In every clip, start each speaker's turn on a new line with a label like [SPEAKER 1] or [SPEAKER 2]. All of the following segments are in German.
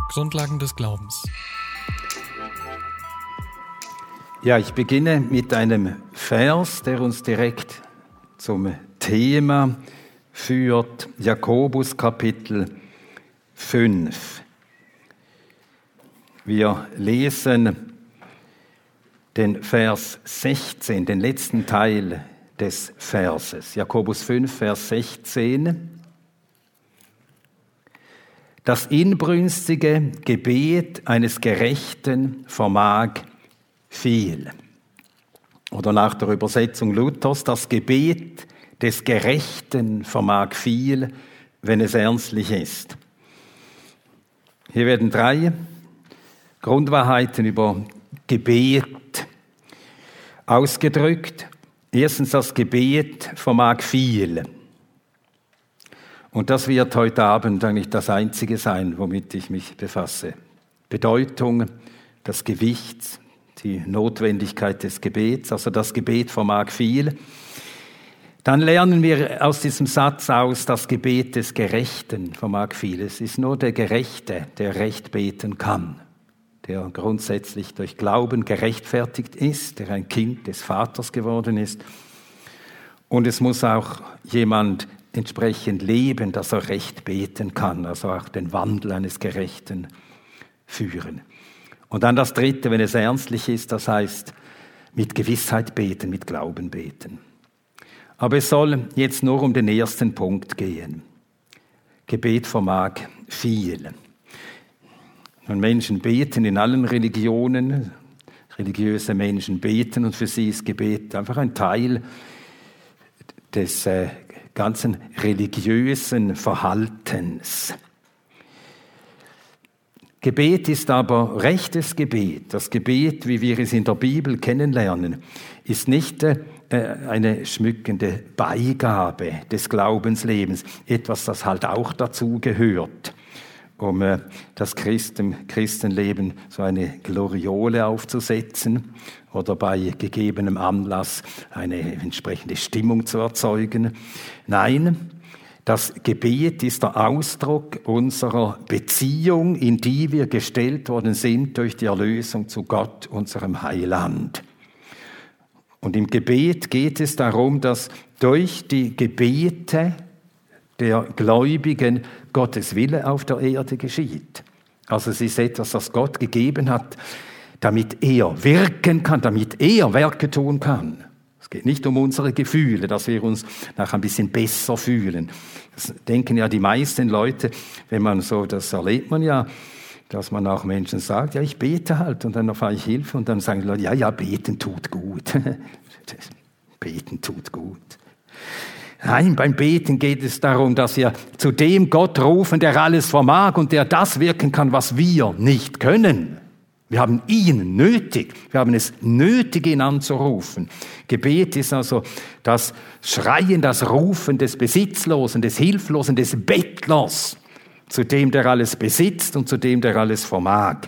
[SPEAKER 1] Grundlagen des Glaubens.
[SPEAKER 2] Ja, ich beginne mit einem Vers, der uns direkt zum Thema führt. Jakobus Kapitel 5. Wir lesen den Vers 16, den letzten Teil des Verses. Jakobus 5, Vers 16. Das inbrünstige Gebet eines Gerechten vermag viel. Oder nach der Übersetzung Luthers, das Gebet des Gerechten vermag viel, wenn es ernstlich ist. Hier werden 3 Grundwahrheiten über Gebet ausgedrückt. Erstens, das Gebet vermag viel. Und das wird heute Abend eigentlich das Einzige sein, womit ich mich befasse. Bedeutung, das Gewicht, die Notwendigkeit des Gebets, also das Gebet vermag viel. Dann lernen wir aus diesem Satz aus, das Gebet des Gerechten vermag viel. Es ist nur der Gerechte, der recht beten kann, der grundsätzlich durch Glauben gerechtfertigt ist, der ein Kind des Vaters geworden ist. Und es muss auch jemand entsprechend leben, dass er recht beten kann, also auch den Wandel eines Gerechten führen. Und dann das Dritte, wenn es ernstlich ist, das heißt mit Gewissheit beten, mit Glauben beten. Aber es soll jetzt nur um den ersten Punkt gehen. Gebet vermag viel. Und Menschen beten in allen Religionen, religiöse Menschen beten und für sie ist Gebet einfach ein Teil des ganzen religiösen Verhaltens. Gebet ist aber rechtes Gebet. Das Gebet, wie wir es in der Bibel kennenlernen, ist nicht eine schmückende Beigabe des Glaubenslebens, etwas, das halt auch dazu gehört, um das Christenleben so eine Gloriole aufzusetzen oder bei gegebenem Anlass eine entsprechende Stimmung zu erzeugen. Nein, das Gebet ist der Ausdruck unserer Beziehung, in die wir gestellt worden sind durch die Erlösung zu Gott, unserem Heiland. Und im Gebet geht es darum, dass durch die Gebete der Gläubigen Gottes Wille auf der Erde geschieht. Also es ist etwas, das Gott gegeben hat, damit er wirken kann, damit er Werke tun kann. Es geht nicht um unsere Gefühle, dass wir uns nach ein bisschen besser fühlen. Das denken ja die meisten Leute, wenn man so, das erlebt man ja, dass man auch Menschen sagt, ja, ich bete halt und dann erfahre ich Hilfe und dann sagen die Leute, ja, beten tut gut. Beten tut gut. Nein, beim Beten geht es darum, dass wir zu dem Gott rufen, der alles vermag und der das wirken kann, was wir nicht können. Wir haben ihn nötig. Wir haben es nötig, ihn anzurufen. Gebet ist also das Schreien, das Rufen des Besitzlosen, des Hilflosen, des Bettlers, zu dem, der alles besitzt und zu dem, der alles vermag.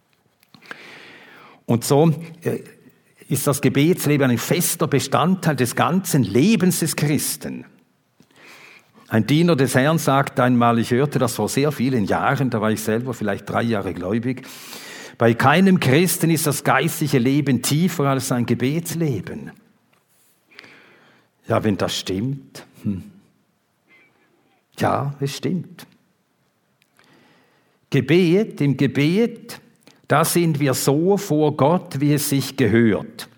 [SPEAKER 2] Und so ist das Gebetsleben ein fester Bestandteil des ganzen Lebens des Christen. Ein Diener des Herrn sagt einmal, ich hörte das vor sehr vielen Jahren, da war ich selber vielleicht 3 Jahre gläubig, bei keinem Christen ist das geistliche Leben tiefer als sein Gebetsleben. Ja, wenn das stimmt. Ja, es stimmt. Im Gebet, da sind wir so vor Gott, wie es sich gehört.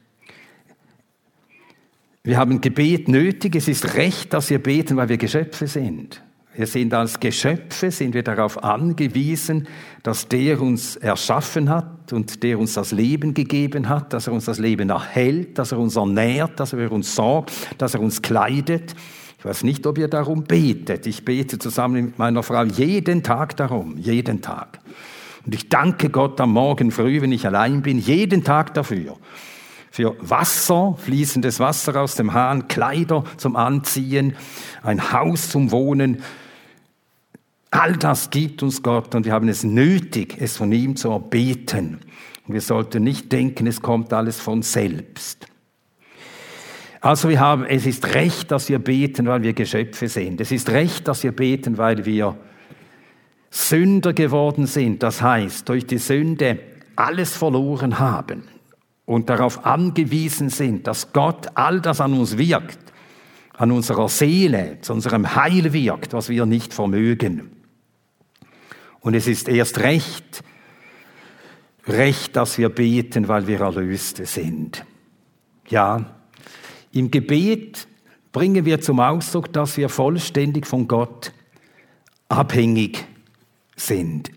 [SPEAKER 2] Wir haben Gebet nötig, es ist recht, dass wir beten, weil wir Geschöpfe sind. Wir sind als Geschöpfe, sind wir darauf angewiesen, dass der uns erschaffen hat und der uns das Leben gegeben hat, dass er uns das Leben erhält, dass er uns ernährt, dass er für uns sorgt, dass er uns kleidet. Ich weiß nicht, ob ihr darum betet. Ich bete zusammen mit meiner Frau jeden Tag darum, jeden Tag. Und ich danke Gott am Morgen früh, wenn ich allein bin, jeden Tag dafür. Für Wasser, fließendes Wasser aus dem Hahn, Kleider zum Anziehen, ein Haus zum Wohnen. All das gibt uns Gott und wir haben es nötig, es von ihm zu erbeten. Und wir sollten nicht denken, es kommt alles von selbst. Also es ist recht, dass wir beten, weil wir Geschöpfe sind. Es ist recht, dass wir beten, weil wir Sünder geworden sind, das heißt, durch die Sünde alles verloren haben und darauf angewiesen sind, dass Gott all das an uns wirkt, an unserer Seele, zu unserem Heil wirkt, was wir nicht vermögen. Und es ist erst recht, dass wir beten, weil wir Erlöste sind. Ja, im Gebet bringen wir zum Ausdruck, dass wir vollständig von Gott abhängig sind.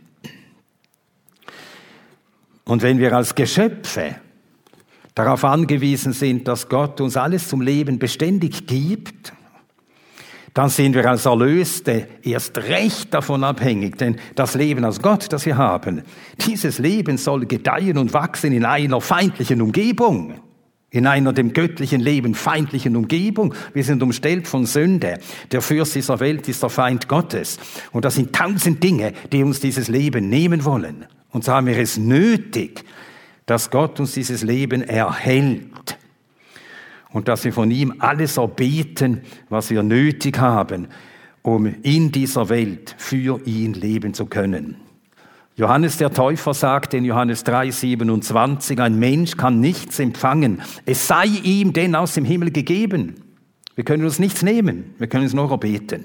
[SPEAKER 2] Und wenn wir als Geschöpfe darauf angewiesen sind, dass Gott uns alles zum Leben beständig gibt, dann sind wir als Erlöste erst recht davon abhängig, denn das Leben aus Gott, das wir haben, dieses Leben soll gedeihen und wachsen in einer feindlichen Umgebung, in einer dem göttlichen Leben feindlichen Umgebung. Wir sind umstellt von Sünde. Der Fürst dieser Welt ist der Feind Gottes. Und das sind 1000 Dinge, die uns dieses Leben nehmen wollen. Und so haben wir es nötig, dass Gott uns dieses Leben erhält. Und dass wir von ihm alles erbeten, was wir nötig haben, um in dieser Welt für ihn leben zu können. Johannes der Täufer sagt in Johannes 3,27, ein Mensch kann nichts empfangen, es sei ihm denn aus dem Himmel gegeben. Wir können uns nichts nehmen, wir können es nur erbeten.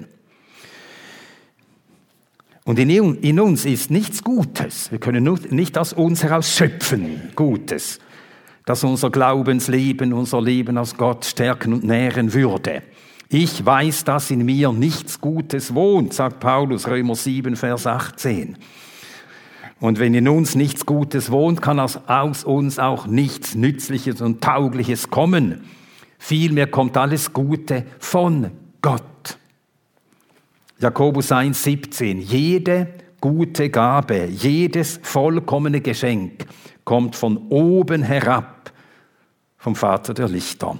[SPEAKER 2] Und in uns ist nichts Gutes, wir können nicht aus uns heraus schöpfen, Gutes, das unser Glaubensleben, unser Leben aus Gott stärken und nähren würde. Ich weiß, dass in mir nichts Gutes wohnt, sagt Paulus, Römer 7, Vers 18. Und wenn in uns nichts Gutes wohnt, kann aus uns auch nichts Nützliches und Taugliches kommen. Vielmehr kommt alles Gute von Gott. Jakobus 1,17. Jede gute Gabe, jedes vollkommene Geschenk kommt von oben herab, vom Vater der Lichter.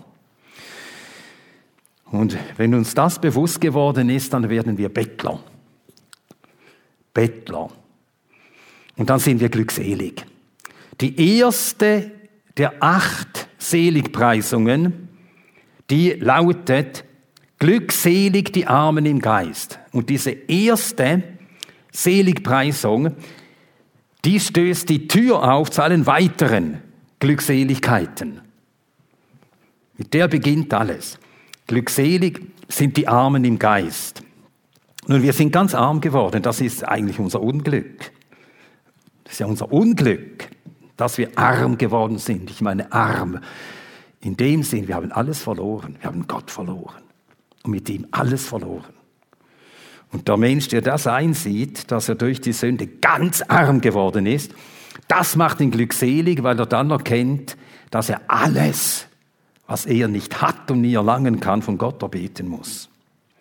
[SPEAKER 2] Und wenn uns das bewusst geworden ist, dann werden wir Bettler. Bettler. Und dann sind wir glückselig. Die erste der 8 Seligpreisungen, die lautet, glückselig die Armen im Geist. Und diese erste Seligpreisung, die stößt die Tür auf zu allen weiteren Glückseligkeiten. Mit der beginnt alles. Glückselig sind die Armen im Geist. Nun, wir sind ganz arm geworden, das ist eigentlich unser Unglück. Das ist ja unser Unglück, dass wir arm geworden sind. Ich meine arm in dem Sinn, wir haben alles verloren. Wir haben Gott verloren und mit ihm alles verloren. Und der Mensch, der das einsieht, dass er durch die Sünde ganz arm geworden ist, das macht ihn glückselig, weil er dann erkennt, dass er alles, was er nicht hat und nie erlangen kann, von Gott erbeten muss.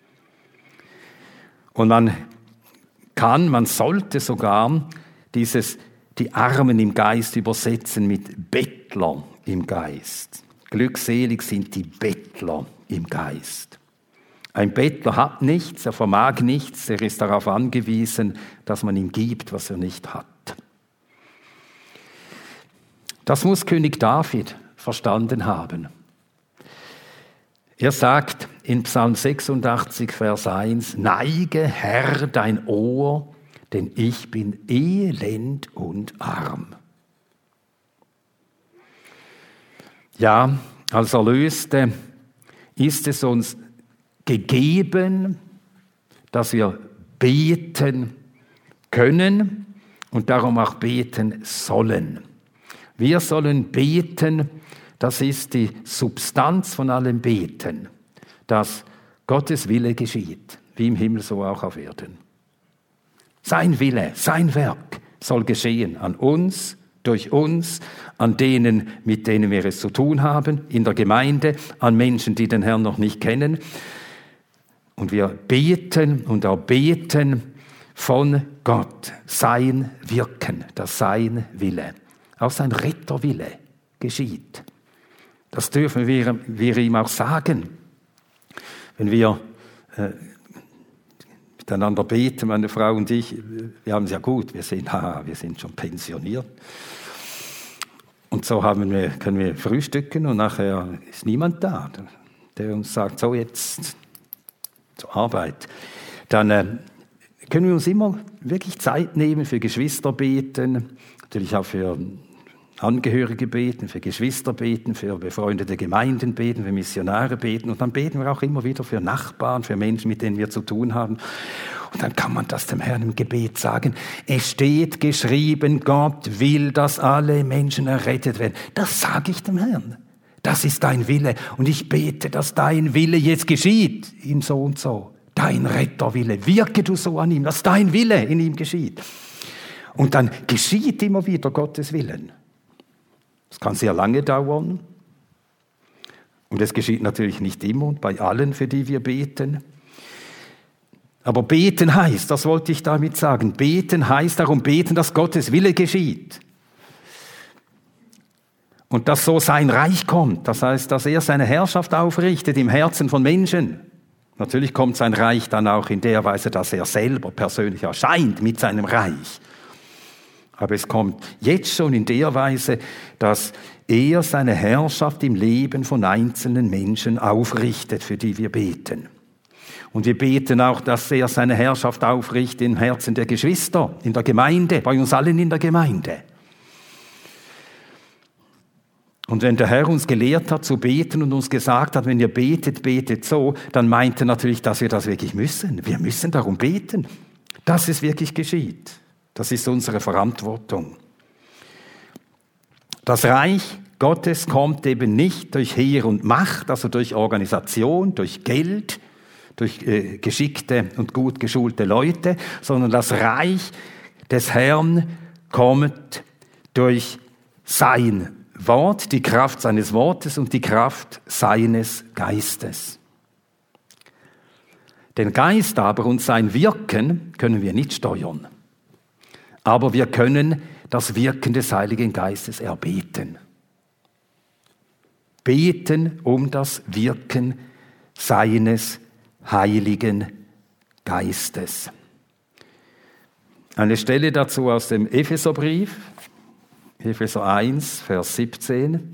[SPEAKER 2] Und man sollte sogar die Armen im Geist übersetzen mit Bettler im Geist. Glückselig sind die Bettler im Geist. Ein Bettler hat nichts, er vermag nichts, er ist darauf angewiesen, dass man ihm gibt, was er nicht hat. Das muss König David verstanden haben. Er sagt in Psalm 86, Vers 1, neige, Herr, dein Ohr, denn ich bin elend und arm. Ja, als Erlöste ist es uns gegeben, dass wir beten können und darum auch beten sollen. Wir sollen beten, das ist die Substanz von allem Beten, dass Gottes Wille geschieht, wie im Himmel so auch auf Erden. Sein Wille, sein Werk soll geschehen an uns, durch uns, an denen, mit denen wir es zu tun haben, in der Gemeinde, an Menschen, die den Herrn noch nicht kennen. Und wir beten und erbeten von Gott sein Wirken, dass sein Wille, auch sein Retterwille geschieht. Das dürfen wir ihm auch sagen. Wenn wir miteinander beten, meine Frau und ich, wir haben es ja gut, wir sind schon pensioniert. Und so können wir frühstücken und nachher ist niemand da, der uns sagt, so jetzt zur Arbeit. Dann können wir uns immer wirklich Zeit nehmen für Geschwister beten, natürlich auch für Angehörige beten, für Geschwister beten, für befreundete Gemeinden beten, für Missionare beten. Und dann beten wir auch immer wieder für Nachbarn, für Menschen, mit denen wir zu tun haben. Und dann kann man das dem Herrn im Gebet sagen. Es steht geschrieben, Gott will, dass alle Menschen errettet werden. Das sage ich dem Herrn. Das ist dein Wille. Und ich bete, dass dein Wille jetzt geschieht in so und so. Dein Retterwille. Wirke du so an ihm, dass dein Wille in ihm geschieht. Und dann geschieht immer wieder Gottes Willen. Das kann sehr lange dauern. Und es geschieht natürlich nicht immer und bei allen, für die wir beten. Aber beten heißt, das wollte ich damit sagen, beten heißt darum beten, dass Gottes Wille geschieht. Und dass so sein Reich kommt. Das heißt, dass er seine Herrschaft aufrichtet im Herzen von Menschen. Natürlich kommt sein Reich dann auch in der Weise, dass er selber persönlich erscheint mit seinem Reich. Aber es kommt jetzt schon in der Weise, dass er seine Herrschaft im Leben von einzelnen Menschen aufrichtet, für die wir beten. Und wir beten auch, dass er seine Herrschaft aufrichtet im Herzen der Geschwister, in der Gemeinde, bei uns allen in der Gemeinde. Und wenn der Herr uns gelehrt hat zu beten und uns gesagt hat, wenn ihr betet, betet so, dann meint er natürlich, dass wir das wirklich müssen. Wir müssen darum beten, dass es wirklich geschieht. Das ist unsere Verantwortung. Das Reich Gottes kommt eben nicht durch Heer und Macht, also durch Organisation, durch Geld, durch geschickte und gut geschulte Leute, sondern das Reich des Herrn kommt durch sein Wort, die Kraft seines Wortes und die Kraft seines Geistes. Den Geist aber und sein Wirken können wir nicht steuern. Aber wir können das Wirken des Heiligen Geistes erbeten. Beten um das Wirken seines Heiligen Geistes. Eine Stelle dazu aus dem Epheserbrief, Epheser 1, Vers 17.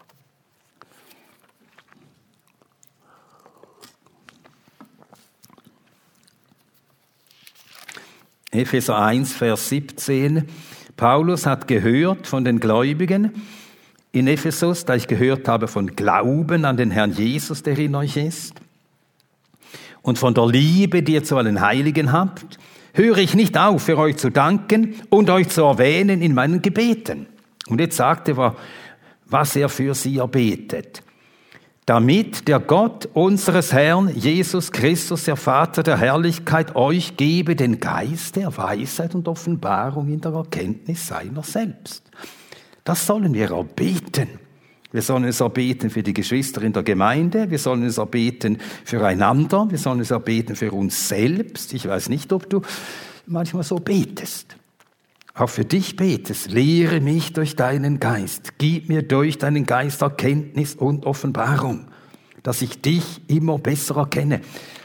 [SPEAKER 2] Epheser 1, Vers 17. Paulus hat gehört von den Gläubigen in Ephesus, da ich gehört habe von Glauben an den Herrn Jesus, der in euch ist, und von der Liebe, die ihr zu allen Heiligen habt, höre ich nicht auf, für euch zu danken und euch zu erwähnen in meinen Gebeten. Und jetzt sagt er, was er für sie erbetet. Damit der Gott unseres Herrn Jesus Christus, der Vater der Herrlichkeit, euch gebe den Geist der Weisheit und Offenbarung in der Erkenntnis seiner selbst. Das sollen wir erbeten. Wir sollen es erbeten für die Geschwister in der Gemeinde, wir sollen es erbeten füreinander, wir sollen es erbeten für uns selbst. Ich weiß nicht, ob du manchmal so betest. Auch für dich betest. Lehre mich durch deinen Geist. Gib mir durch deinen Geist Erkenntnis und Offenbarung, dass ich dich immer besser erkenne.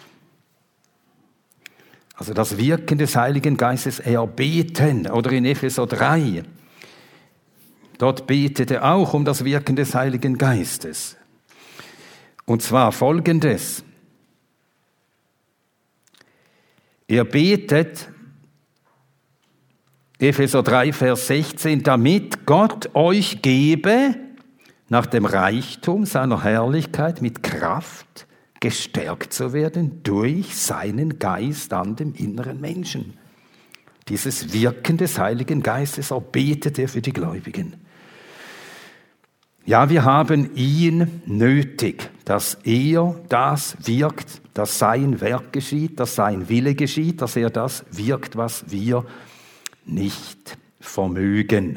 [SPEAKER 2] Also das Wirken des Heiligen Geistes erbeten. Oder in Epheser 3. Dort betet er auch um das Wirken des Heiligen Geistes. Und zwar Folgendes. Er betet, Epheser 3, Vers 16, damit Gott euch gebe, nach dem Reichtum seiner Herrlichkeit mit Kraft gestärkt zu werden durch seinen Geist an dem inneren Menschen. Dieses Wirken des Heiligen Geistes erbetet er für die Gläubigen. Ja, wir haben ihn nötig, dass er das wirkt, dass sein Werk geschieht, dass sein Wille geschieht, dass er das wirkt, was wir nicht vermögen.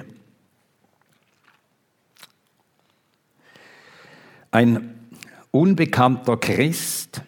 [SPEAKER 2] Ein unbekannter Christ,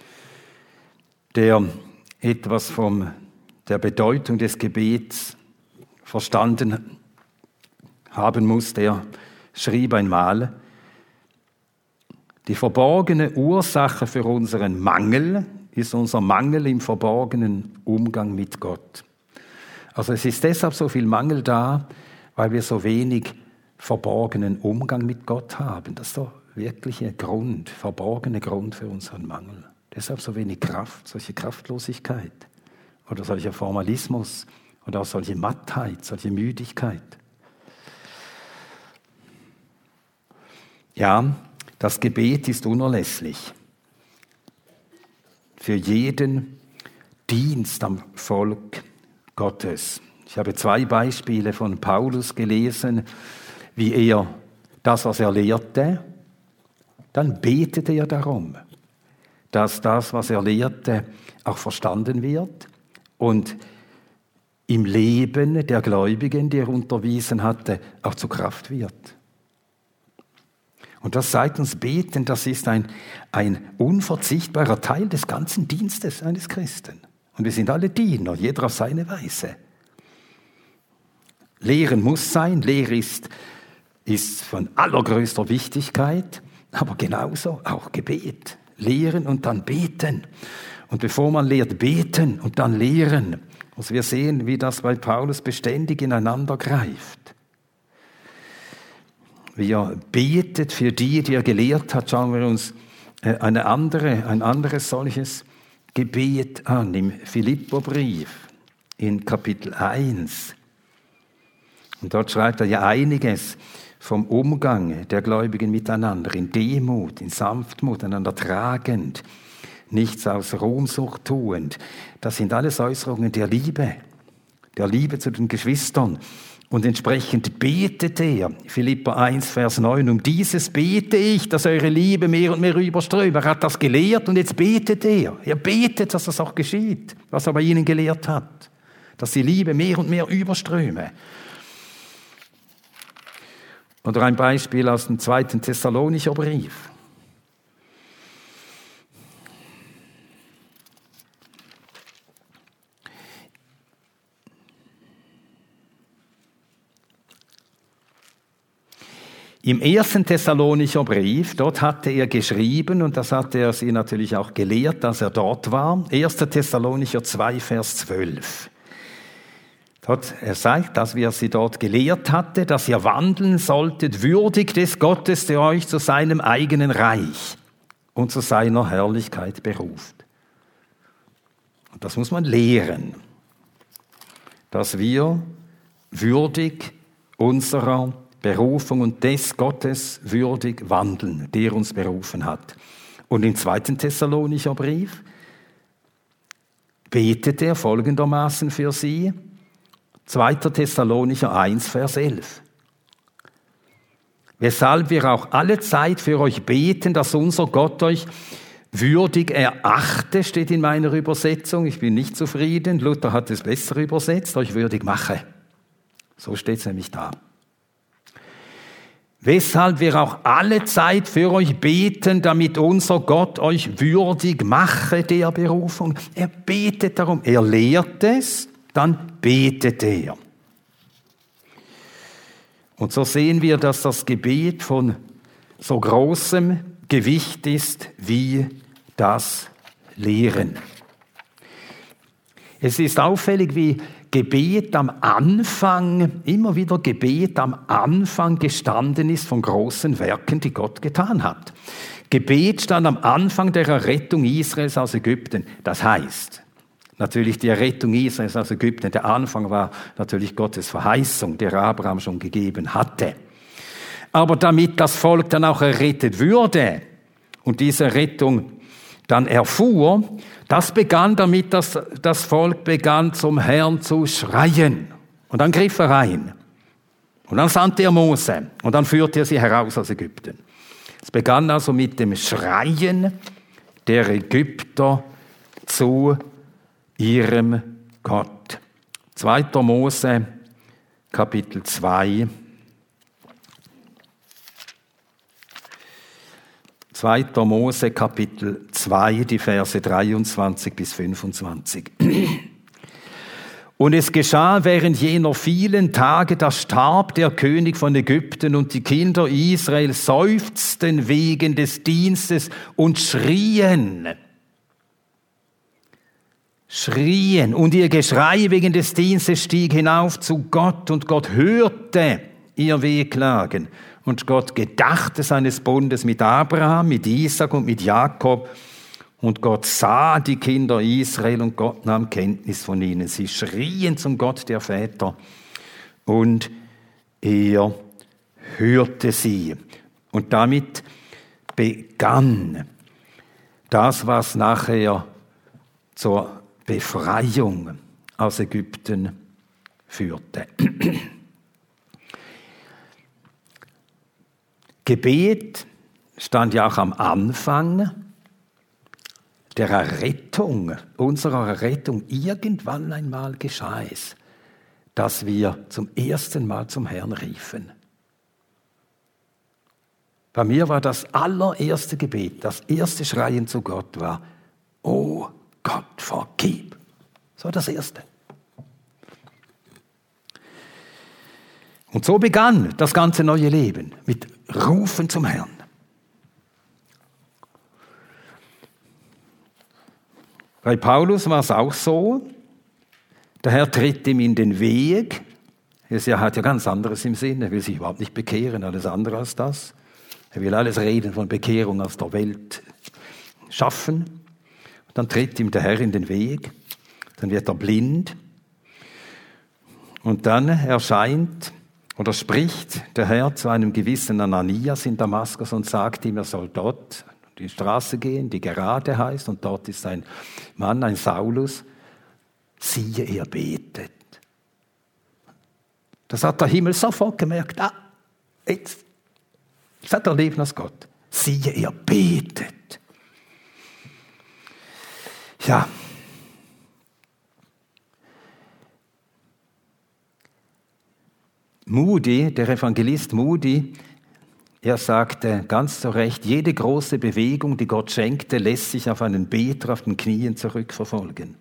[SPEAKER 2] der etwas von der Bedeutung des Gebets verstanden haben muss, der schrieb einmal, die verborgene Ursache für unseren Mangel ist unser Mangel im verborgenen Umgang mit Gott. Also es ist deshalb so viel Mangel da, weil wir so wenig verborgenen Umgang mit Gott haben. Das ist der wirkliche Grund, verborgene Grund für unseren Mangel. Deshalb so wenig Kraft, solche Kraftlosigkeit. oder solcher Formalismus oder auch solche Mattheit, solche Müdigkeit. Ja, das Gebet ist unerlässlich für jeden Dienst am Volk Gottes. Ich habe 2 Beispiele von Paulus gelesen, wie er das, was er lehrte, dann betete er darum, dass das, was er lehrte, auch verstanden wird und im Leben der Gläubigen, die er unterwiesen hatte, auch zur Kraft wird. Und das zeigt uns, Beten, das ist ein unverzichtbarer Teil des ganzen Dienstes eines Christen. Und wir sind alle Diener, jeder auf seine Weise. Lehren muss sein, Lehre ist von allergrößter Wichtigkeit, aber genauso auch Gebet. Lehren und dann beten. Und bevor man lehrt, beten und dann lehren. Also wir sehen, wie das bei Paulus beständig ineinander greift. Wie er betet für die er gelehrt hat, schauen wir uns ein anderes solches Gebet an, im Philipperbrief in Kapitel 1. Und dort schreibt er ja einiges vom Umgang der Gläubigen miteinander, in Demut, in Sanftmut, einander tragend, nichts aus Ruhmsucht tuend. Das sind alles Äußerungen der Liebe zu den Geschwistern. Und entsprechend betet er, Philipper 1, Vers 9, um dieses bete ich, dass eure Liebe mehr und mehr überströmt. Er hat das gelehrt und jetzt betet er. Er betet, dass das auch geschieht, was er bei ihnen gelehrt hat. Dass die Liebe mehr und mehr überströme. Oder ein Beispiel aus dem 2. Thessalonicher Brief. Im 1. Thessalonicher Brief, dort hatte er geschrieben, und das hatte er sie natürlich auch gelehrt, als er dort war, 1. Thessalonicher 2, Vers 12. Dort, er sagt, dass wir sie dort gelehrt hatte, dass ihr wandeln solltet, würdig des Gottes, der euch zu seinem eigenen Reich und zu seiner Herrlichkeit beruft. Und das muss man lehren, dass wir würdig unserer Berufung und des Gottes würdig wandeln, der uns berufen hat. Und im 2. Thessalonicher Brief betet er folgendermaßen für sie, 2. Thessalonicher 1, Vers 11. Weshalb wir auch alle Zeit für euch beten, dass unser Gott euch würdig erachte, steht in meiner Übersetzung. Ich bin nicht zufrieden. Luther hat es besser übersetzt, euch würdig mache. So steht es nämlich da. Weshalb wir auch alle Zeit für euch beten, damit unser Gott euch würdig mache der Berufung. Er betet darum, er lehrt es, dann betet er. Und so sehen wir, dass das Gebet von so großem Gewicht ist wie das Lehren. Es ist auffällig, wie Gebet am Anfang, immer wieder Gebet am Anfang gestanden ist von großen Werken, die Gott getan hat. Gebet stand am Anfang der Errettung Israels aus Ägypten. Das heißt, natürlich die Errettung Israels aus Ägypten, der Anfang war natürlich Gottes Verheißung, der Abraham schon gegeben hatte. Aber damit das Volk dann auch errettet würde und diese Rettung dann erfuhr, das begann damit, dass das Volk begann zum Herrn zu schreien. Und dann griff er ein. Und dann sandte er Mose. Und dann führte er sie heraus aus Ägypten. Es begann also mit dem Schreien der Ägypter zu ihrem Gott. 2. Mose, Kapitel 2. 2. Mose, Kapitel 2, die Verse 23 bis 25. Und es geschah während jener vielen Tage, da starb der König von Ägypten und die Kinder Israels seufzten wegen des Dienstes und schrien. Und ihr Geschrei wegen des Dienstes stieg hinauf zu Gott und Gott hörte ihr Wehklagen. Und Gott gedachte seines Bundes mit Abraham, mit Isaac und mit Jakob. Und Gott sah die Kinder Israel und Gott nahm Kenntnis von ihnen. Sie schrien zum Gott der Väter und er hörte sie. Und damit begann das, was nachher zur Befreiung aus Ägypten führte. Gebet stand ja auch am Anfang der Errettung, unserer Errettung. Irgendwann einmal geschah es, dass wir zum ersten Mal zum Herrn riefen. Bei mir war das allererste Gebet, das erste Schreien zu Gott war, oh Gott, vergib. Das war das erste. Und so begann das ganze neue Leben mit Rufen zum Herrn. Bei Paulus war es auch so, der Herr tritt ihm in den Weg. Er hat ja ganz anderes im Sinn, er will sich überhaupt nicht bekehren, alles andere als das. Er will alles reden von Bekehrung aus der Welt schaffen. Und dann tritt ihm der Herr in den Weg, dann wird er blind. Und dann erscheint oder spricht der Herr zu einem gewissen Ananias in Damaskus und sagt ihm, er soll dort die Straße gehen, die gerade heißt, und dort ist ein Mann, ein Saulus, siehe, er betet. Das hat der Himmel sofort gemerkt, jetzt hat er Leben aus Gott. Siehe, er betet. Ja. Moody, der Evangelist Moody, er sagte ganz zu Recht, jede große Bewegung, die Gott schenkte, lässt sich auf einen Beter auf den Knien zurückverfolgen.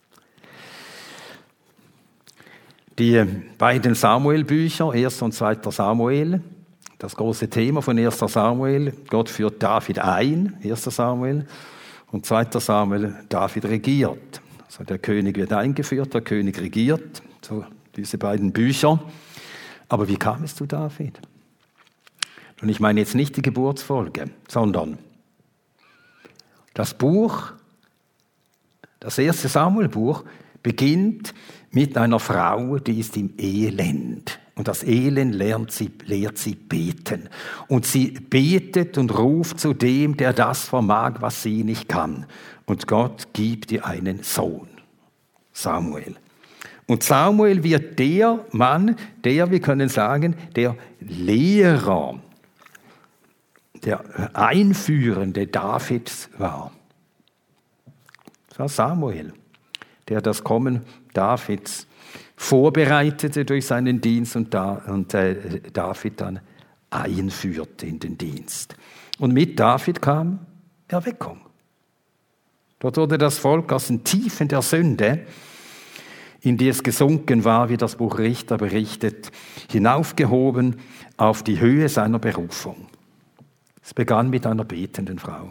[SPEAKER 2] Die beiden Samuel-Bücher, 1. und 2. Samuel, das große Thema von 1. Samuel, Gott führt David ein, 1. Samuel, und 2. Samuel, David regiert. Also der König wird eingeführt, der König regiert, so diese beiden Bücher. Aber wie kam es zu David? Und ich meine jetzt nicht die Geburtsfolge, sondern das Buch, das 1. Samuel-Buch, beginnt mit einer Frau, die ist im Elend. Und das Elend lehrt sie beten. Und sie betet und ruft zu dem, der das vermag, was sie nicht kann. Und Gott gibt ihr einen Sohn, Samuel. Und Samuel wird der Mann, wir können sagen, der Lehrer, der Einführende Davids war. Das war Samuel, der das Kommen Davids vorbereitete durch seinen Dienst und David dann einführte in den Dienst. Und mit David kam Erweckung. Dort wurde das Volk aus den Tiefen der Sünde, in die es gesunken war, wie das Buch Richter berichtet, hinaufgehoben auf die Höhe seiner Berufung. Es begann mit einer betenden Frau.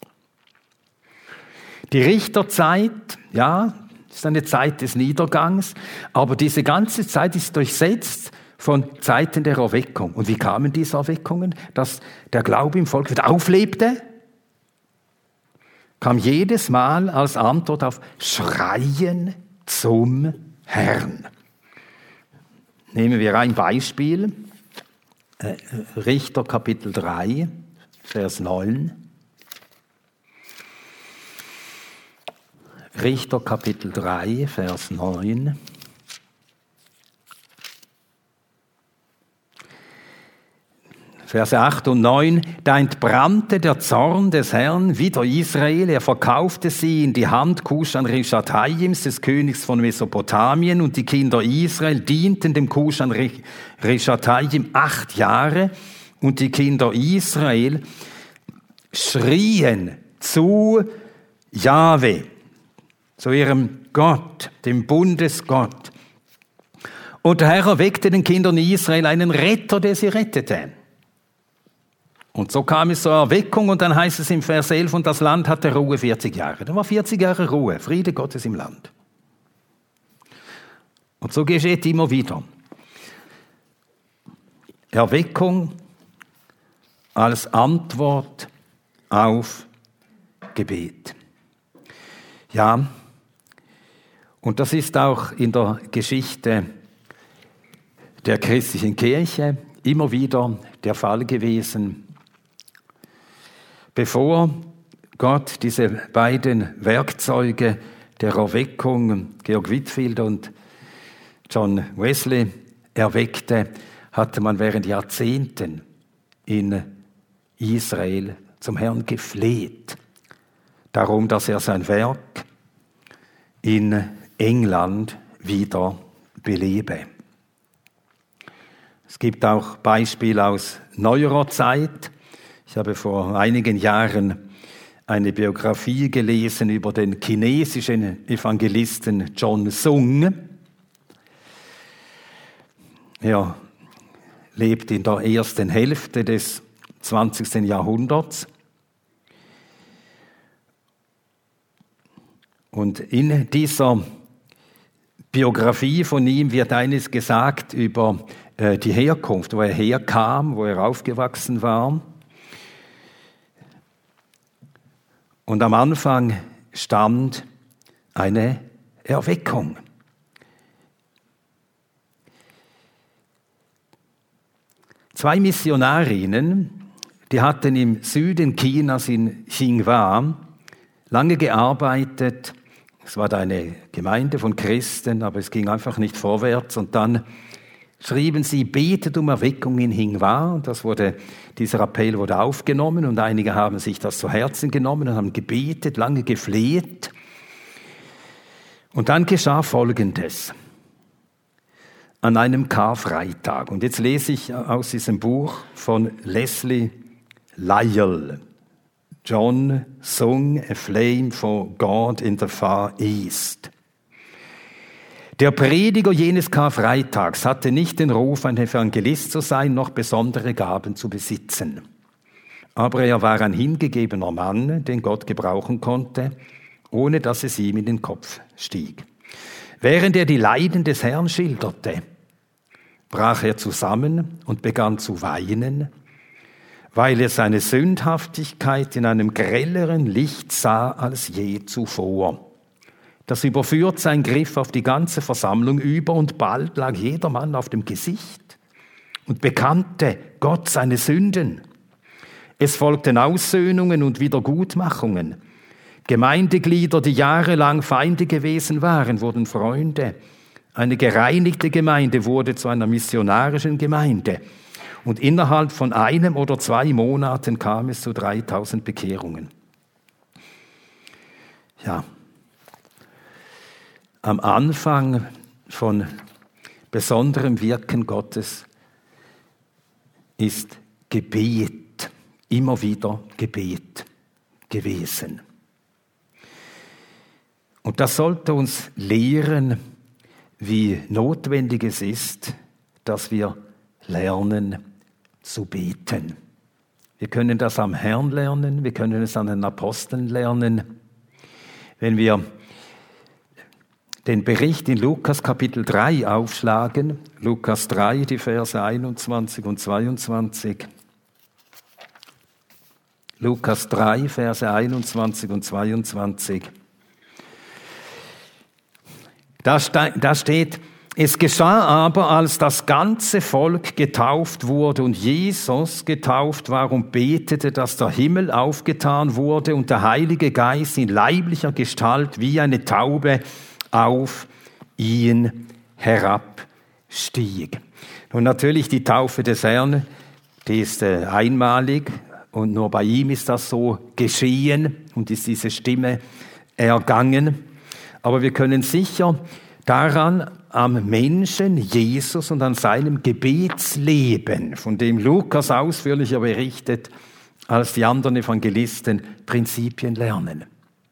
[SPEAKER 2] Die Richterzeit, ja, ist eine Zeit des Niedergangs, aber diese ganze Zeit ist durchsetzt von Zeiten der Erweckung. Und wie kamen diese Erweckungen? Dass der Glaube im Volk wieder auflebte, kam jedes Mal als Antwort auf Schreien zum Herrn. Nehmen wir ein Beispiel. Richter Kapitel 3, Vers 9. Richter Kapitel 3, Vers 9. Verse 8 und 9, da entbrannte der Zorn des Herrn wider Israel, er verkaufte sie in die Hand Kuschan-Rishataims, des Königs von Mesopotamien, und die Kinder Israel dienten dem Kuschan-Rishathaim 8 Jahre, und die Kinder Israel schrien zu Jahwe, zu ihrem Gott, dem Bundesgott. Und der Herr erweckte den Kindern Israel einen Retter, der sie rettete. Und so kam es zur Erweckung, und dann heißt es im Vers 11, und das Land hatte Ruhe 40 Jahre. Da war 40 Jahre Ruhe, Friede Gottes im Land. Und so geschieht immer wieder. Erweckung als Antwort auf Gebet. Ja, und das ist auch in der Geschichte der christlichen Kirche immer wieder der Fall gewesen. Bevor Gott diese beiden Werkzeuge der Erweckung, Georg Whitefield und John Wesley, erweckte, hatte man während Jahrzehnten in Israel zum Herrn gefleht, darum, dass er sein Werk in England wieder belebe. Es gibt auch Beispiele aus neuerer Zeit. Ich habe vor einigen Jahren eine Biografie gelesen über den chinesischen Evangelisten John Sung. Er lebt in der ersten Hälfte des 20. Jahrhunderts. Und in dieser Biografie von ihm wird eines gesagt über die Herkunft, wo er herkam, wo er aufgewachsen war. Und am Anfang stand eine Erweckung. Zwei Missionarinnen, die hatten im Süden Chinas in Xinhua lange gearbeitet. Es war eine Gemeinde von Christen, aber es ging einfach nicht vorwärts. Und dann schrieben sie, betet um Erweckung in Xinhua. Und dieser Appell wurde aufgenommen und einige haben sich das zu Herzen genommen und haben gebetet, lange gefleht. Und dann geschah Folgendes. An einem Karfreitag. Und jetzt lese ich aus diesem Buch von Leslie Lyle. John Sung, A Flame for God in the Far East. Der Prediger jenes Karfreitags hatte nicht den Ruf, ein Evangelist zu sein, noch besondere Gaben zu besitzen. Aber er war ein hingegebener Mann, den Gott gebrauchen konnte, ohne dass es ihm in den Kopf stieg. Während er die Leiden des Herrn schilderte, brach er zusammen und begann zu weinen, weil er seine Sündhaftigkeit in einem grelleren Licht sah als je zuvor. Das Überführtsein griff auf die ganze Versammlung über und bald lag jedermann auf dem Gesicht und bekannte Gott seine Sünden. Es folgten Aussöhnungen und Wiedergutmachungen. Gemeindeglieder, die jahrelang Feinde gewesen waren, wurden Freunde. Eine gereinigte Gemeinde wurde zu einer missionarischen Gemeinde. Und innerhalb von 1 oder 2 Monaten kam es zu 3000 Bekehrungen. Ja, am Anfang von besonderem Wirken Gottes ist Gebet, immer wieder Gebet gewesen. Und das sollte uns lehren, wie notwendig es ist, dass wir lernen zu beten. Wir können das am Herrn lernen, wir können es an den Aposteln lernen. Wenn wir den Bericht in Lukas Kapitel 3 aufschlagen, Lukas 3, die Verse 21 und 22. Lukas 3, Verse 21 und 22. Da steht, es geschah aber, als das ganze Volk getauft wurde und Jesus getauft war und betete, dass der Himmel aufgetan wurde und der Heilige Geist in leiblicher Gestalt wie eine Taube auf ihn herabstieg. Und natürlich die Taufe des Herrn, die ist einmalig und nur bei ihm ist das so geschehen und ist diese Stimme ergangen. Aber wir können sicher daran am Menschen Jesus und an seinem Gebetsleben, von dem Lukas ausführlicher berichtet als die anderen Evangelisten, Prinzipien lernen.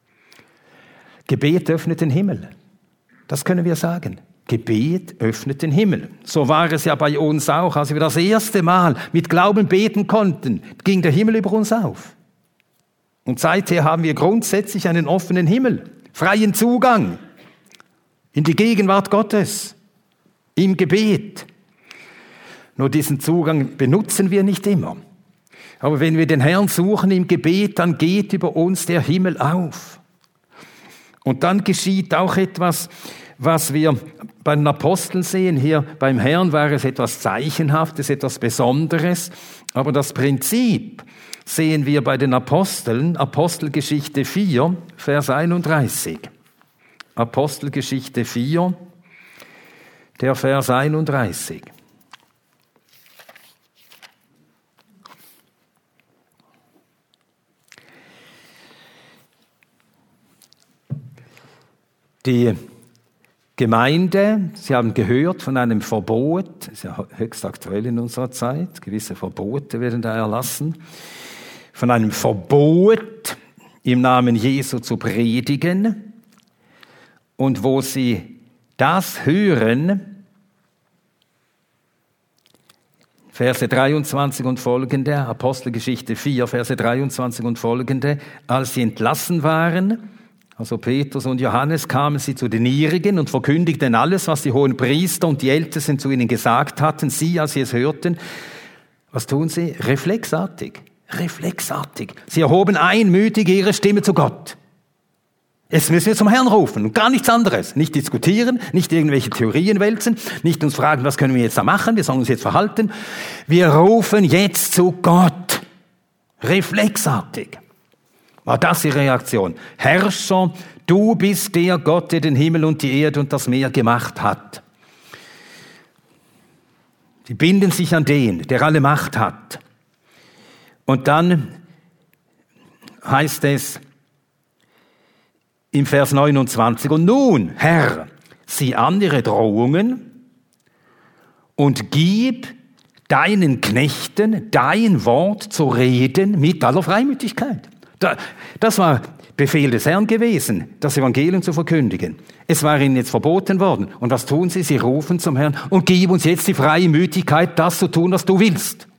[SPEAKER 2] Gebet öffnet den Himmel. Das können wir sagen. Gebet öffnet den Himmel. So war es ja bei uns auch. Als wir das erste Mal mit Glauben beten konnten, ging der Himmel über uns auf. Und seither haben wir grundsätzlich einen offenen Himmel, freien Zugang in die Gegenwart Gottes, im Gebet. Nur diesen Zugang benutzen wir nicht immer. Aber wenn wir den Herrn suchen im Gebet, dann geht über uns der Himmel auf. Und dann geschieht auch etwas, was wir bei den Aposteln sehen. Hier beim Herrn war es etwas Zeichenhaftes, etwas Besonderes. Aber das Prinzip sehen wir bei den Aposteln, Apostelgeschichte 4, Vers 31. Apostelgeschichte 4, der Vers 31. Die Gemeinde, Sie haben gehört von einem Verbot, das ist ja höchst aktuell in unserer Zeit, gewisse Verbote werden da erlassen, von einem Verbot im Namen Jesu zu predigen. Und wo sie das hören, Verse 23 und folgende, Apostelgeschichte 4, Verse 23 und folgende, als sie entlassen waren, also Petrus und Johannes, kamen sie zu den ihrigen und verkündigten alles, was die hohen Priester und die Ältesten zu ihnen gesagt hatten. Sie, als sie es hörten, was tun sie? Reflexartig. Sie erhoben einmütig ihre Stimme zu Gott. Jetzt müssen wir zum Herrn rufen und gar nichts anderes. Nicht diskutieren, nicht irgendwelche Theorien wälzen, nicht uns fragen, was können wir jetzt da machen, wir sollen uns jetzt verhalten. Wir rufen jetzt zu Gott. Reflexartig. War das die Reaktion? Herrscher, du bist der Gott, der den Himmel und die Erde und das Meer gemacht hat. Die binden sich an den, der alle Macht hat. Und dann heißt es im Vers 29, und nun, Herr, sieh an ihre Drohungen und gib deinen Knechten dein Wort zu reden mit aller Freimütigkeit. Das war Befehl des Herrn gewesen, das Evangelium zu verkündigen. Es war ihnen jetzt verboten worden. Und was tun sie? Sie rufen zum Herrn und gib uns jetzt die Freimütigkeit, das zu tun, was du willst.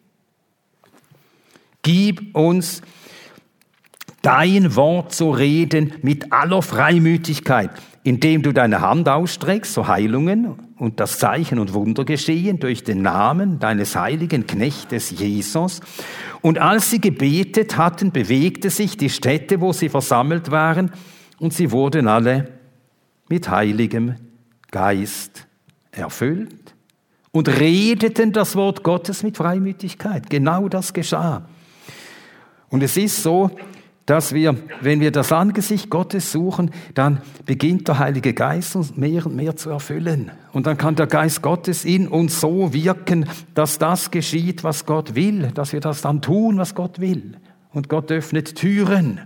[SPEAKER 2] Gib uns dein Wort zu reden mit aller Freimütigkeit, indem du deine Hand ausstreckst, so Heilungen und das Zeichen und Wunder geschehen durch den Namen deines heiligen Knechtes Jesus. Und als sie gebetet hatten, bewegte sich die Stätte, wo sie versammelt waren, und sie wurden alle mit Heiligem Geist erfüllt und redeten das Wort Gottes mit Freimütigkeit. Genau das geschah. Und es ist so, dass wir, wenn wir das Angesicht Gottes suchen, dann beginnt der Heilige Geist uns mehr und mehr zu erfüllen. Und dann kann der Geist Gottes in uns so wirken, dass das geschieht, was Gott will, dass wir das dann tun, was Gott will. Und Gott öffnet Türen.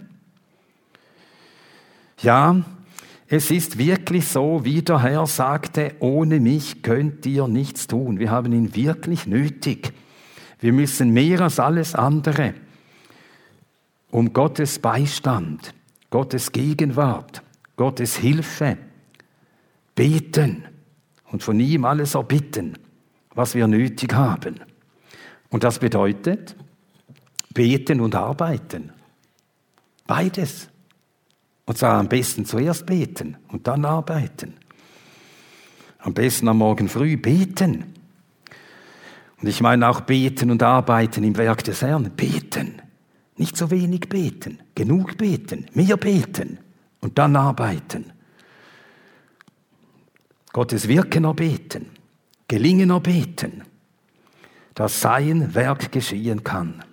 [SPEAKER 2] Ja, es ist wirklich so, wie der Herr sagte, ohne mich könnt ihr nichts tun. Wir haben ihn wirklich nötig. Wir müssen mehr als alles andere um Gottes Beistand, Gottes Gegenwart, Gottes Hilfe beten und von ihm alles erbitten, was wir nötig haben. Und das bedeutet beten und arbeiten. Beides. Und zwar am besten zuerst beten und dann arbeiten. Am besten am Morgen früh beten. Und ich meine auch beten und arbeiten im Werk des Herrn. Beten. Nicht so wenig beten, genug beten, mehr beten und dann arbeiten. Gottes Wirken erbeten, Gelingen erbeten, dass sein Werk geschehen kann.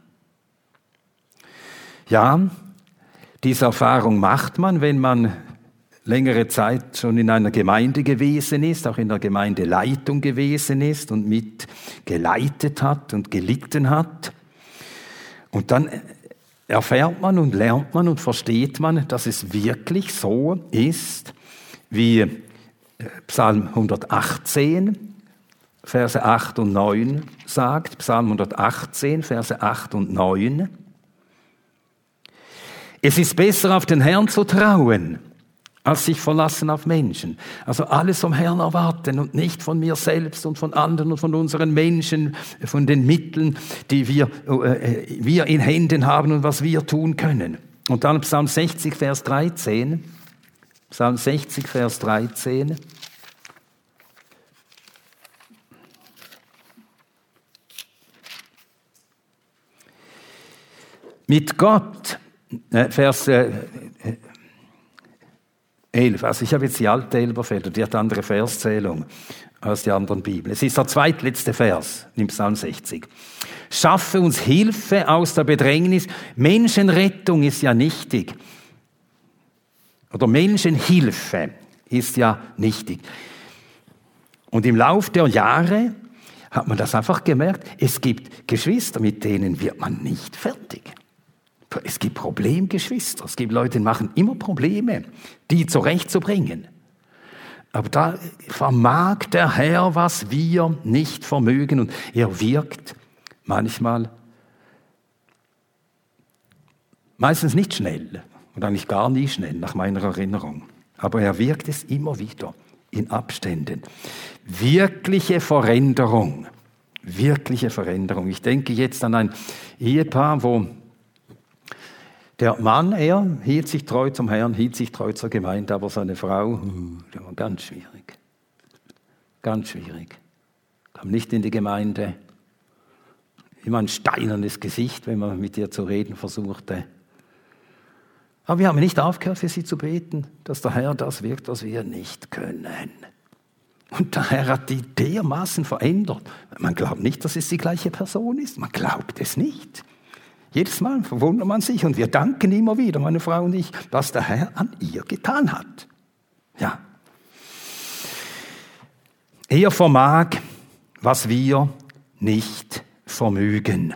[SPEAKER 2] Ja, diese Erfahrung macht man, wenn man längere Zeit schon in einer Gemeinde gewesen ist, auch in der Gemeindeleitung gewesen ist und mit geleitet hat und gelitten hat. Und dann erfährt man und lernt man und versteht man, dass es wirklich so ist, wie Psalm 118, Verse 8 und 9 sagt. Psalm 118, Verse 8 und 9. Es ist besser, auf den Herrn zu trauen, als sich verlassen auf Menschen. Also alles vom Herrn erwarten und nicht von mir selbst und von anderen und von unseren Menschen, von den Mitteln, die wir in Händen haben und was wir tun können. Und dann Psalm 60, Vers 13. Psalm 60, Vers 13. Mit Gott, Vers 11. Also ich habe jetzt die alte Elberfelder, die hat andere Verszählung als die anderen Bibeln. Es ist der zweitletzte Vers im Psalm 60. Schaffe uns Hilfe aus der Bedrängnis. Menschenrettung ist ja nichtig. Oder Menschenhilfe ist ja nichtig. Und im Lauf der Jahre hat man das einfach gemerkt. Es gibt Geschwister, mit denen wird man nicht fertig. Es gibt Problemgeschwister. Es gibt Leute, die machen immer Probleme, die zurechtzubringen. Aber da vermag der Herr, was wir nicht vermögen. Und er wirkt manchmal, meistens nicht schnell und eigentlich gar nie schnell nach meiner Erinnerung. Aber er wirkt es immer wieder in Abständen. Wirkliche Veränderung. Wirkliche Veränderung. Ich denke jetzt an ein Ehepaar, wo der Mann, er hielt sich treu zum Herrn, hielt sich treu zur Gemeinde, aber seine Frau, die war ganz schwierig. Ganz schwierig. Kam nicht in die Gemeinde. Immer ein steinernes Gesicht, wenn man mit ihr zu reden versuchte. Aber wir haben nicht aufgehört, für sie zu beten, dass der Herr das wirkt, was wir nicht können. Und der Herr hat die dermaßen verändert. Man glaubt nicht, dass es die gleiche Person ist. Man glaubt es nicht. Jedes Mal verwundert man sich und wir danken immer wieder, meine Frau und ich, was der Herr an ihr getan hat. Ja. Er vermag, was wir nicht vermögen.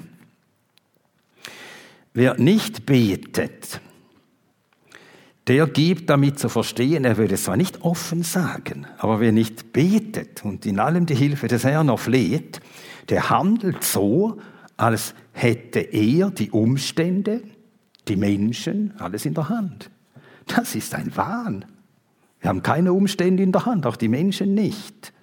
[SPEAKER 2] Wer nicht betet, der gibt damit zu verstehen, er würde es zwar nicht offen sagen, aber wer nicht betet und in allem die Hilfe des Herrn erfleht, der handelt so, als hätte er die Umstände, die Menschen, alles in der Hand. Das ist ein Wahn. Wir haben keine Umstände in der Hand, auch die Menschen nicht.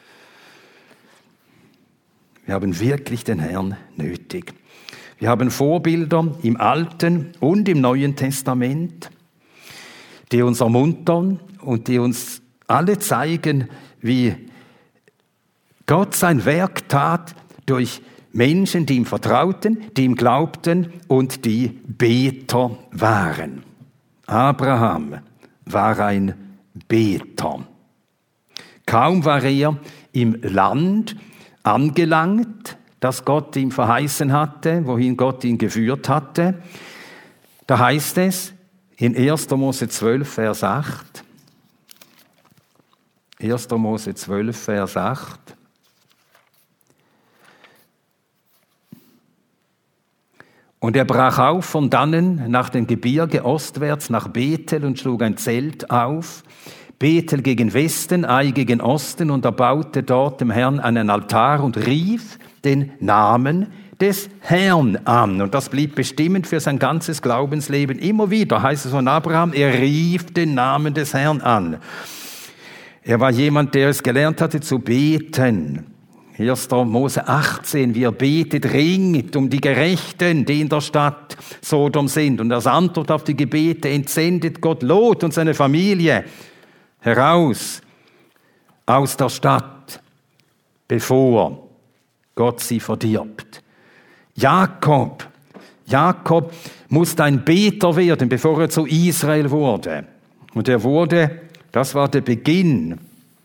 [SPEAKER 2] Wir haben wirklich den Herrn nötig. Wir haben Vorbilder im Alten und im Neuen Testament, die uns ermuntern und die uns alle zeigen, wie Gott sein Werk tat durch Menschen, die ihm vertrauten, die ihm glaubten und die Beter waren. Abraham war ein Beter. Kaum war er im Land angelangt, das Gott ihm verheißen hatte, wohin Gott ihn geführt hatte, da heißt es in 1. Mose 12, Vers 8, 1. Mose 12, Vers 8, und er brach auf von dannen nach dem Gebirge ostwärts nach Bethel und schlug ein Zelt auf. Bethel gegen Westen, Ai gegen Osten, und er baute dort dem Herrn einen Altar und rief den Namen des Herrn an. Und das blieb bestimmend für sein ganzes Glaubensleben. Immer wieder heißt es von Abraham, er rief den Namen des Herrn an. Er war jemand, der es gelernt hatte zu beten. 1. Mose 18, wie er betet, ringt um die Gerechten, die in der Stadt Sodom sind. Und als Antwort auf die Gebete entsendet Gott Lot und seine Familie heraus aus der Stadt, bevor Gott sie verdirbt. Jakob musste ein Beter werden, bevor er zu Israel wurde. Und er wurde, das war der Beginn,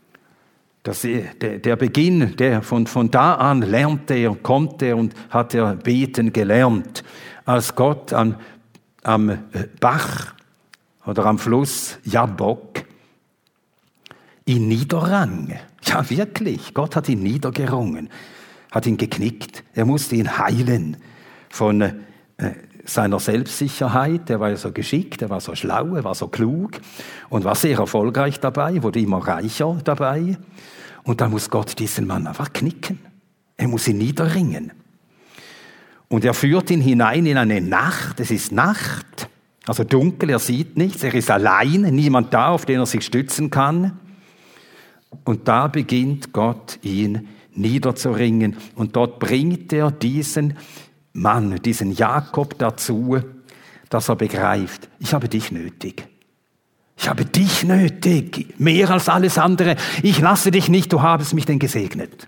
[SPEAKER 2] der Beginn, der von da an lernte er, konnte er und hat er beten gelernt, als Gott am Bach oder am Fluss Jabbok ihn niederrang. Ja, wirklich, Gott hat ihn niedergerungen, hat ihn geknickt. Er musste ihn heilen von seiner Selbstsicherheit. Er war ja so geschickt, er war so schlau, er war so klug und war sehr erfolgreich dabei, wurde immer reicher dabei. Und da muss Gott diesen Mann einfach knicken. Er muss ihn niederringen. Und er führt ihn hinein in eine Nacht. Es ist Nacht, also dunkel, er sieht nichts, er ist allein, niemand da, auf den er sich stützen kann. Und da beginnt Gott, ihn niederzuringen. Und dort bringt er diesen Mann, diesen Jakob dazu, dass er begreift, ich habe dich nötig. Ich habe dich nötig, mehr als alles andere. Ich lasse dich nicht, du hast mich denn gesegnet.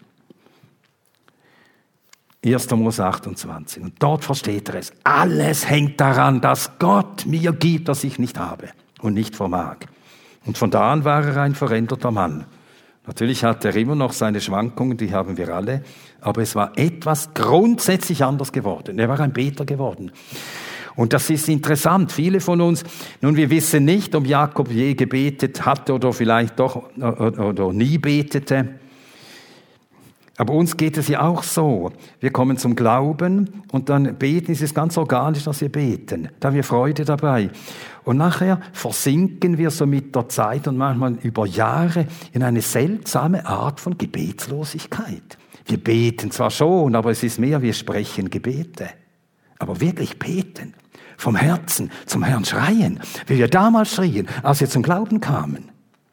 [SPEAKER 2] 1. Mose 28. Und dort versteht er es. Alles hängt daran, dass Gott mir gibt, was ich nicht habe und nicht vermag. Und von da an war er ein veränderter Mann. Natürlich hat er immer noch seine Schwankungen, die haben wir alle, aber es war etwas grundsätzlich anders geworden. Er war ein Beter geworden. Und das ist interessant. Viele von uns, nun, wir wissen nicht, ob Jakob je gebetet hatte oder vielleicht doch oder nie betete. Aber uns geht es ja auch so. Wir kommen zum Glauben und dann beten. Es ist ganz organisch, dass wir beten. Da haben wir Freude dabei. Und nachher versinken wir so mit der Zeit und manchmal über Jahre in eine seltsame Art von Gebetslosigkeit. Wir beten zwar schon, aber es ist mehr, wir sprechen Gebete. Aber wirklich beten, vom Herzen zum Herrn schreien, wie wir damals schrien, als wir zum Glauben kamen.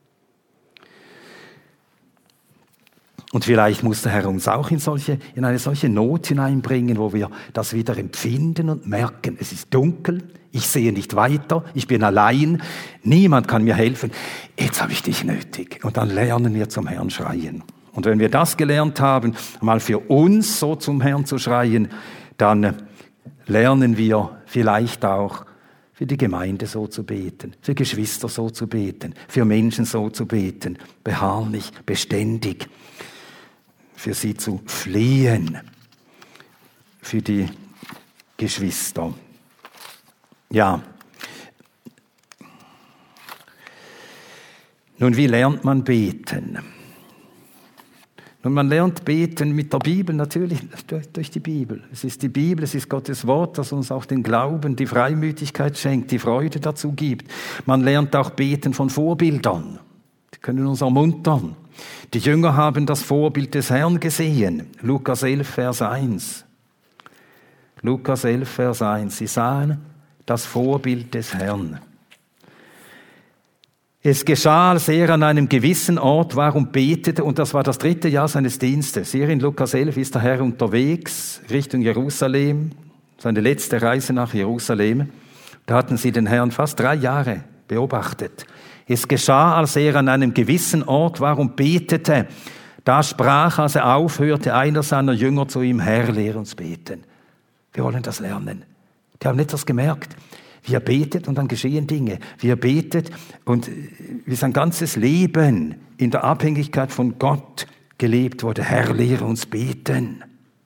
[SPEAKER 2] Und vielleicht muss der Herr uns auch in eine solche Not hineinbringen, wo wir das wieder empfinden und merken, es ist dunkel, ich sehe nicht weiter, ich bin allein, niemand kann mir helfen, jetzt habe ich dich nötig. Und dann lernen wir zum Herrn schreien. Und wenn wir das gelernt haben, mal für uns so zum Herrn zu schreien, dann lernen wir vielleicht auch für die Gemeinde so zu beten, für Geschwister so zu beten, für Menschen so zu beten, beharrlich, beständig, für sie zu flehen, für die Geschwister. Ja. Nun, wie lernt man beten? Und man lernt beten mit der Bibel, natürlich durch die Bibel. Es ist die Bibel, es ist Gottes Wort, das uns auch den Glauben, die Freimütigkeit schenkt, die Freude dazu gibt. Man lernt auch beten von Vorbildern. Die können uns ermuntern. Die Jünger haben das Vorbild des Herrn gesehen. Lukas 11, Vers 1. Lukas 11, Vers 1. Sie sahen das Vorbild des Herrn. Es geschah, als er an einem gewissen Ort war und betete, und das war das 3. Jahr seines Dienstes. Hier in Lukas 11 ist der Herr unterwegs Richtung Jerusalem, seine letzte Reise nach Jerusalem. Da hatten sie den Herrn fast 3 Jahre beobachtet. Es geschah, als er an einem gewissen Ort war und betete. Da sprach, als er aufhörte, einer seiner Jünger zu ihm: Herr, lehre uns beten. Wir wollen das lernen. Die haben etwas gemerkt. Wie er betet und dann geschehen Dinge. Wie er betet und wie sein ganzes Leben in der Abhängigkeit von Gott gelebt wurde. Herr, lehre uns beten.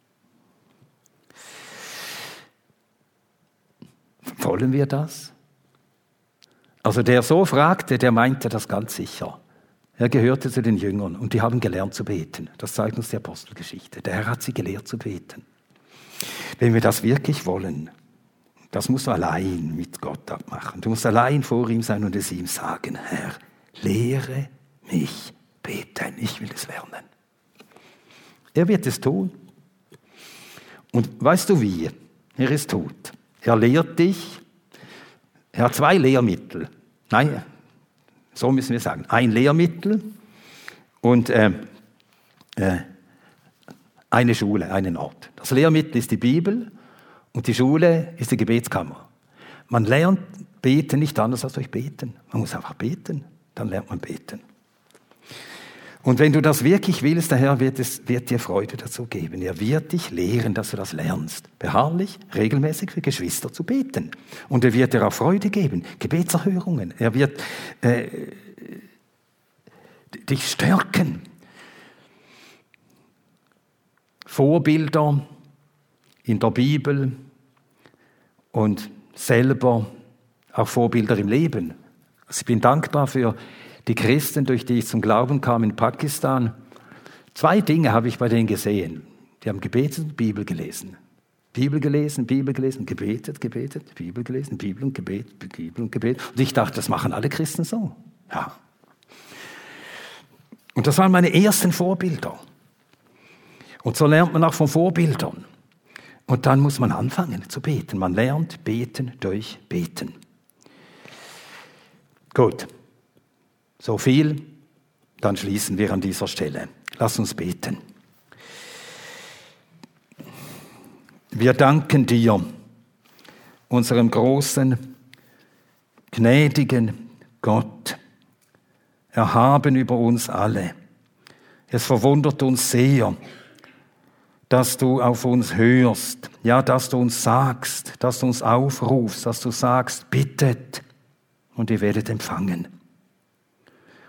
[SPEAKER 2] Wollen wir das? Also der so fragte, der meinte das ganz sicher. Er gehörte zu den Jüngern und die haben gelernt zu beten. Das zeigt uns die Apostelgeschichte. Der Herr hat sie gelehrt zu beten. Wenn wir das wirklich wollen, das musst du allein mit Gott abmachen. Du musst allein vor ihm sein und es ihm sagen: Herr, lehre mich beten. Ich will es lernen. Er wird es tun. Und weißt du wie er es tut? Er lehrt dich. Er hat 2 Lehrmittel. Nein, so müssen wir sagen. Ein Lehrmittel und eine Schule, einen Ort. Das Lehrmittel ist die Bibel. Und die Schule ist die Gebetskammer. Man lernt beten nicht anders als durch Beten. Man muss einfach beten, dann lernt man beten. Und wenn du das wirklich willst, der Herr wird dir Freude dazu geben. Er wird dich lehren, dass du das lernst. Beharrlich, regelmäßig für Geschwister zu beten. Und er wird dir auch Freude geben, Gebetserhörungen. Er wird dich stärken. Vorbilder in der Bibel und selber auch Vorbilder im Leben. Also ich bin dankbar für die Christen, durch die ich zum Glauben kam in Pakistan. 2 Dinge habe ich bei denen gesehen. Die haben gebetet und Bibel gelesen. Bibel gelesen, gebetet, Bibel gelesen, Bibel und Gebet, Bibel und Gebet. Und ich dachte, das machen alle Christen so. Ja. Und das waren meine ersten Vorbilder. Und so lernt man auch von Vorbildern. Und dann muss man anfangen zu beten. Man lernt beten durch Beten. Gut, so viel. Dann schließen wir an dieser Stelle. Lass uns beten. Wir danken dir, unserem großen, gnädigen Gott, erhaben über uns alle. Es verwundert uns sehr, dass du auf uns hörst, ja, dass du uns sagst, dass du uns aufrufst, dass du sagst, bittet und ihr werdet empfangen.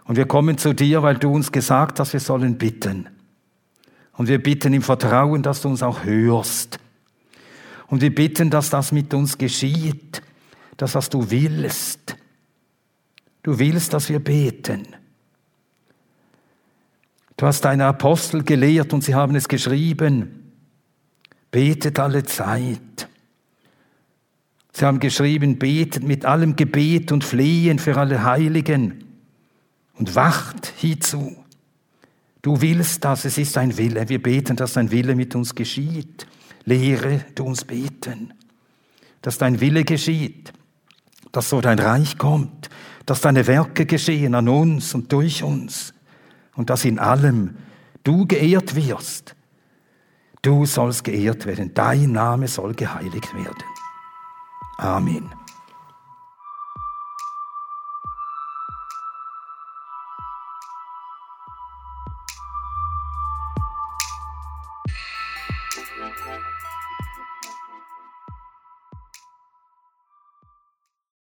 [SPEAKER 2] Und wir kommen zu dir, weil du uns gesagt hast, wir sollen bitten. Und wir bitten im Vertrauen, dass du uns auch hörst. Und wir bitten, dass das mit uns geschieht, das, was du willst. Du willst, dass wir beten. Du hast deine Apostel gelehrt und sie haben es geschrieben. Betet alle Zeit. Sie haben geschrieben, betet mit allem Gebet und Flehen für alle Heiligen und wacht hierzu. Du willst das, es ist dein Wille. Wir beten, dass dein Wille mit uns geschieht. Lehre du uns beten, dass dein Wille geschieht, dass so dein Reich kommt, dass deine Werke geschehen an uns und durch uns und dass in allem du geehrt wirst. Du sollst geehrt werden, dein Name soll geheiligt werden. Amen.